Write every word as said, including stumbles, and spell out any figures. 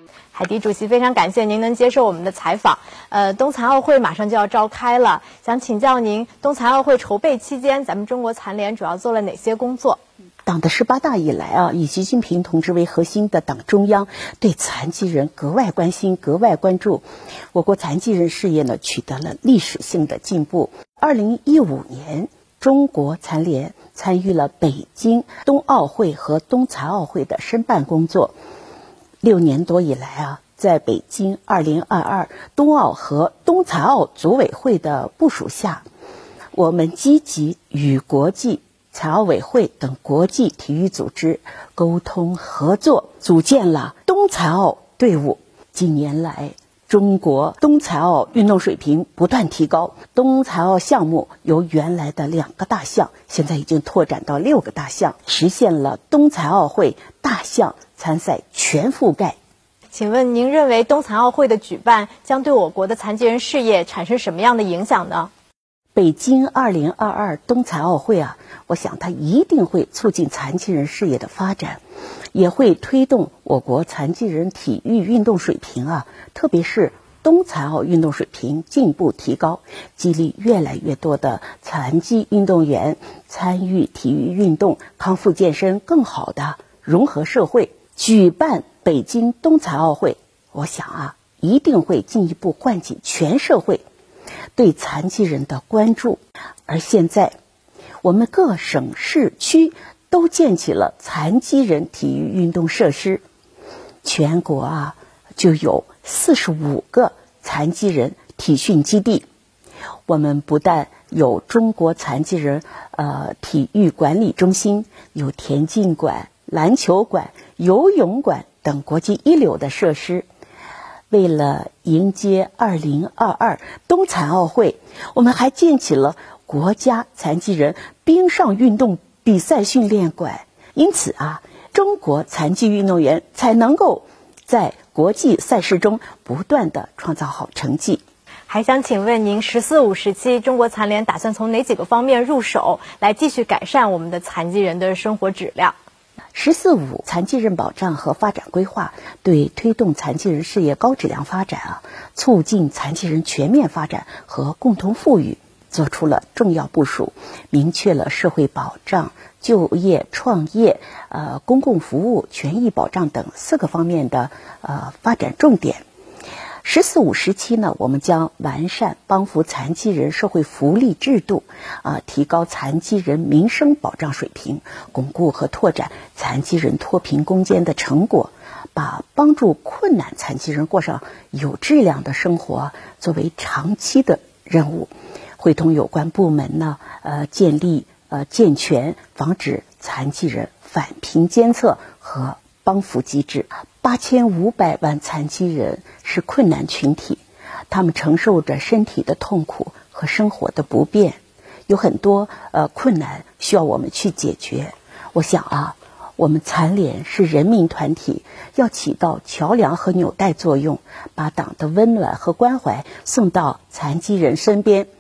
海迪主席，非常感谢您能接受我们的采访。呃，冬残奥会马上就要召开了，想请教您，冬残奥会筹备期间，咱们中国残联主要做了哪些工作？ 党的十八大以来啊，以习近平同志为核心的党中央对残疾人格外关心、格外关注。我国残疾人事业呢取得了历史性的进步。二零一五年，中国残联参与了北京冬奥会和冬残奥会的申办工作。六年多以来啊，在北京二零二二冬奥和冬残奥组委会的部署下，我们积极与国际残奥委会等国际体育组织沟通合作，组建了冬残奥队伍。近年来，中国冬残奥运动水平不断提高，冬残奥项目由原来的两个大项，现在已经拓展到六个大项，实现了冬残奥会大项参赛全覆盖。 请问您认为冬残奥会的举办将对我国的残疾人事业产生什么样的影响呢？ 北京二零二二冬残奥会啊，我想它一定会促进残疾人事业的发展，也会推动我国残疾人体育运动水平啊，特别是冬残奥运动水平进一步提高，激励越来越多的残疾运动员参与体育运动，康复健身，更好的融合社会。举办北京冬残奥会，我想啊，一定会进一步唤起全社会对残疾人的关注。而现在，我们各省市区都建起了残疾人体育运动设施，全国啊就有四十五个残疾人体训基地。我们不但有中国残疾人呃体育管理中心，有田径馆、篮球馆、游泳馆等国际一流的设施。为了迎接二零二二冬残奥会，我们还建起了国家残疾人冰上运动比赛训练馆。因此啊，中国残疾运动员才能够在国际赛事中不断地创造好成绩。 还想请问您，十四五时期中国残联打算从哪几个方面入手，来继续改善我们的残疾人的生活质量？ 十四五残疾人保障和发展规划对推动残疾人事业高质量发展啊，促进残疾人全面发展和共同富裕做出了重要部署，明确了社会保障、就业、创业、呃公共服务、权益保障等四个方面的呃发展重点。十四五时期呢，我们将完善帮扶残疾人社会福利制度，啊、呃，提高残疾人民生保障水平，巩固和拓展残疾人脱贫攻坚的成果，把帮助困难残疾人过上有质量的生活作为长期的任务，会同有关部门呢，呃，建立呃健全防止残疾人返贫监测和帮扶机制。八千五百万残疾人是困难群体，他们承受着身体的痛苦和生活的不便，有很多呃困难需要我们去解决。我想啊，我们残联是人民团体，要起到桥梁和纽带作用，把党的温暖和关怀送到残疾人身边。